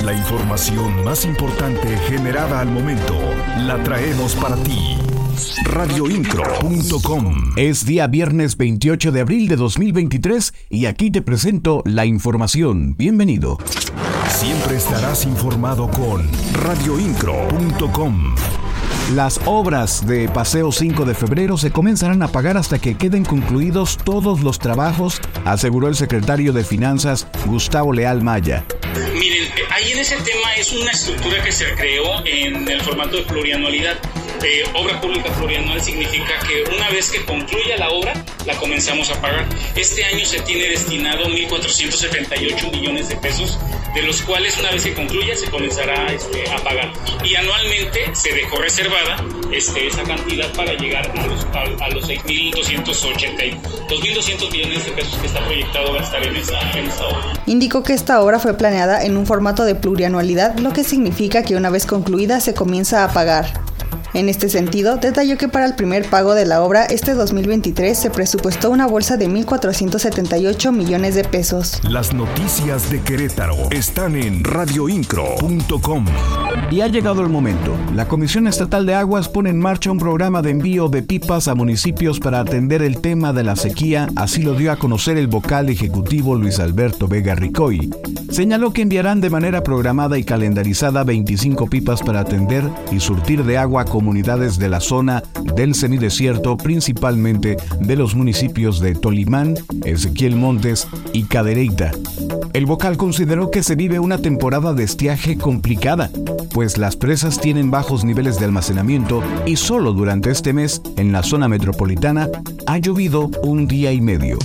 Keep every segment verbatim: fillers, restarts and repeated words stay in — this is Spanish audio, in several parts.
La información más importante generada al momento la traemos para ti. radio incro punto com. Es día viernes veintiocho de abril de dos mil veintitrés y aquí te presento la información. Bienvenido. Siempre estarás informado con radio incro punto com. Las obras de Paseo cinco de febrero se comenzarán a pagar hasta que queden concluidos todos los trabajos, aseguró el secretario de Finanzas, Gustavo Leal Maya. Miren, ahí en ese tema es una estructura que se creó en el formato de plurianualidad. Eh, obra pública plurianual significa que una vez que concluya la obra, la comenzamos a pagar. Este año se tiene destinado mil cuatrocientos setenta y ocho millones de pesos, de los cuales una vez que concluya se comenzará este, a pagar. Y anualmente se dejó reservada este, esa cantidad para llegar a los, a, a los seis mil doscientos ochenta y dos mil doscientos millones de pesos que está proyectado gastar en esa, en esa obra. Indicó que esta obra fue planeada en un formato de plurianualidad, lo que significa que una vez concluida se comienza a pagar. En este sentido, detalló que para el primer pago de la obra este dos mil veintitrés se presupuestó una bolsa de mil cuatrocientos setenta y ocho millones de pesos. Las noticias de Querétaro están en radio incro punto com. Y ha llegado el momento. La Comisión Estatal de Aguas pone en marcha un programa de envío de pipas a municipios para atender el tema de la sequía, así lo dio a conocer el vocal ejecutivo Luis Alberto Vega Ricoy. Señaló que enviarán de manera programada y calendarizada veinticinco pipas para atender y surtir de agua a comunidades de la zona del semidesierto, principalmente de los municipios de Tolimán, Ezequiel Montes y Cadereyta. El vocal consideró que se vive una temporada de estiaje complicada, pues las presas tienen bajos niveles de almacenamiento y solo durante este mes, en la zona metropolitana, ha llovido un día y medio.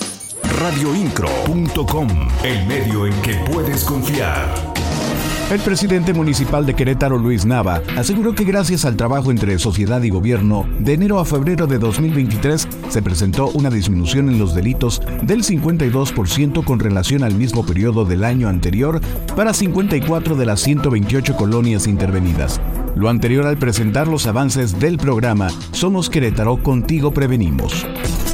radio incro punto com, el medio en que puedes confiar. El presidente municipal de Querétaro, Luis Nava, aseguró que gracias al trabajo entre sociedad y gobierno, de enero a febrero de dos mil veintitrés se presentó una disminución en los delitos del cincuenta y dos por ciento con relación al mismo periodo del año anterior para cincuenta y cuatro de las ciento veintiocho colonias intervenidas. Lo anterior al presentar los avances del programa Somos Querétaro, Contigo Prevenimos.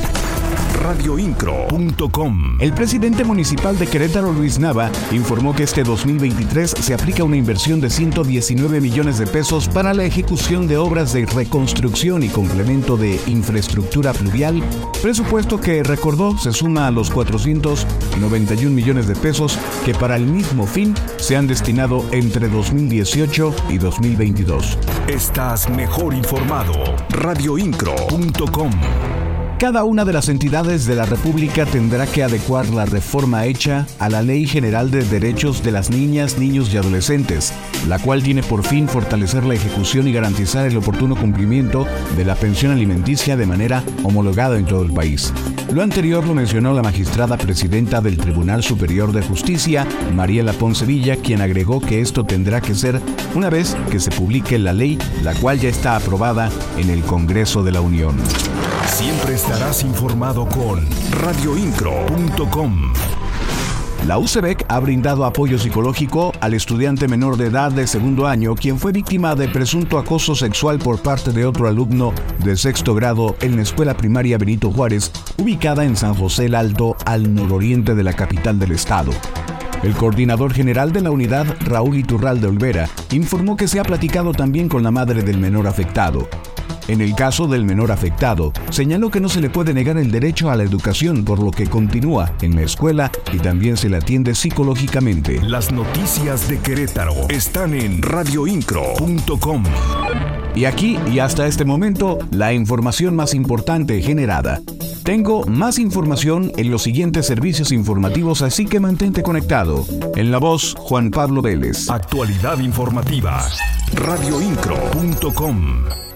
radio incro punto com. El presidente municipal de Querétaro, Luis Nava, informó que este dos mil veintitrés se aplica una inversión de ciento diecinueve millones de pesos para la ejecución de obras de reconstrucción y complemento de infraestructura pluvial, presupuesto que, recordó, se suma a los cuatrocientos noventa y un millones de pesos que para el mismo fin se han destinado entre dos mil dieciocho y dos mil veintidós. Estás mejor informado. radio incro punto com. Cada una de las entidades de la República tendrá que adecuar la reforma hecha a la Ley General de Derechos de las Niñas, Niños y Adolescentes, la cual tiene por fin fortalecer la ejecución y garantizar el oportuno cumplimiento de la pensión alimenticia de manera homologada en todo el país. Lo anterior lo mencionó la magistrada presidenta del Tribunal Superior de Justicia, Mariela Ponce Villa, quien agregó que esto tendrá que ser una vez que se publique la ley, la cual ya está aprobada en el Congreso de la Unión. Siempre estarás informado con radio incro punto com. La U C E B E C ha brindado apoyo psicológico al estudiante menor de edad de segundo año, quien fue víctima de presunto acoso sexual por parte de otro alumno de sexto grado en la escuela primaria Benito Juárez, ubicada en San José el Alto, al nororiente de la capital del estado. El coordinador general de la unidad, Raúl Iturralde Olvera, informó que se ha platicado también con la madre del menor afectado. En el caso del menor afectado, señaló que no se le puede negar el derecho a la educación, por lo que continúa en la escuela y también se le atiende psicológicamente. Las noticias de Querétaro están en radio incro punto com. Y aquí y hasta este momento, la información más importante generada. Tengo más información en los siguientes servicios informativos, así que mantente conectado. En la voz, Juan Pablo Vélez. Actualidad informativa. radio incro punto com.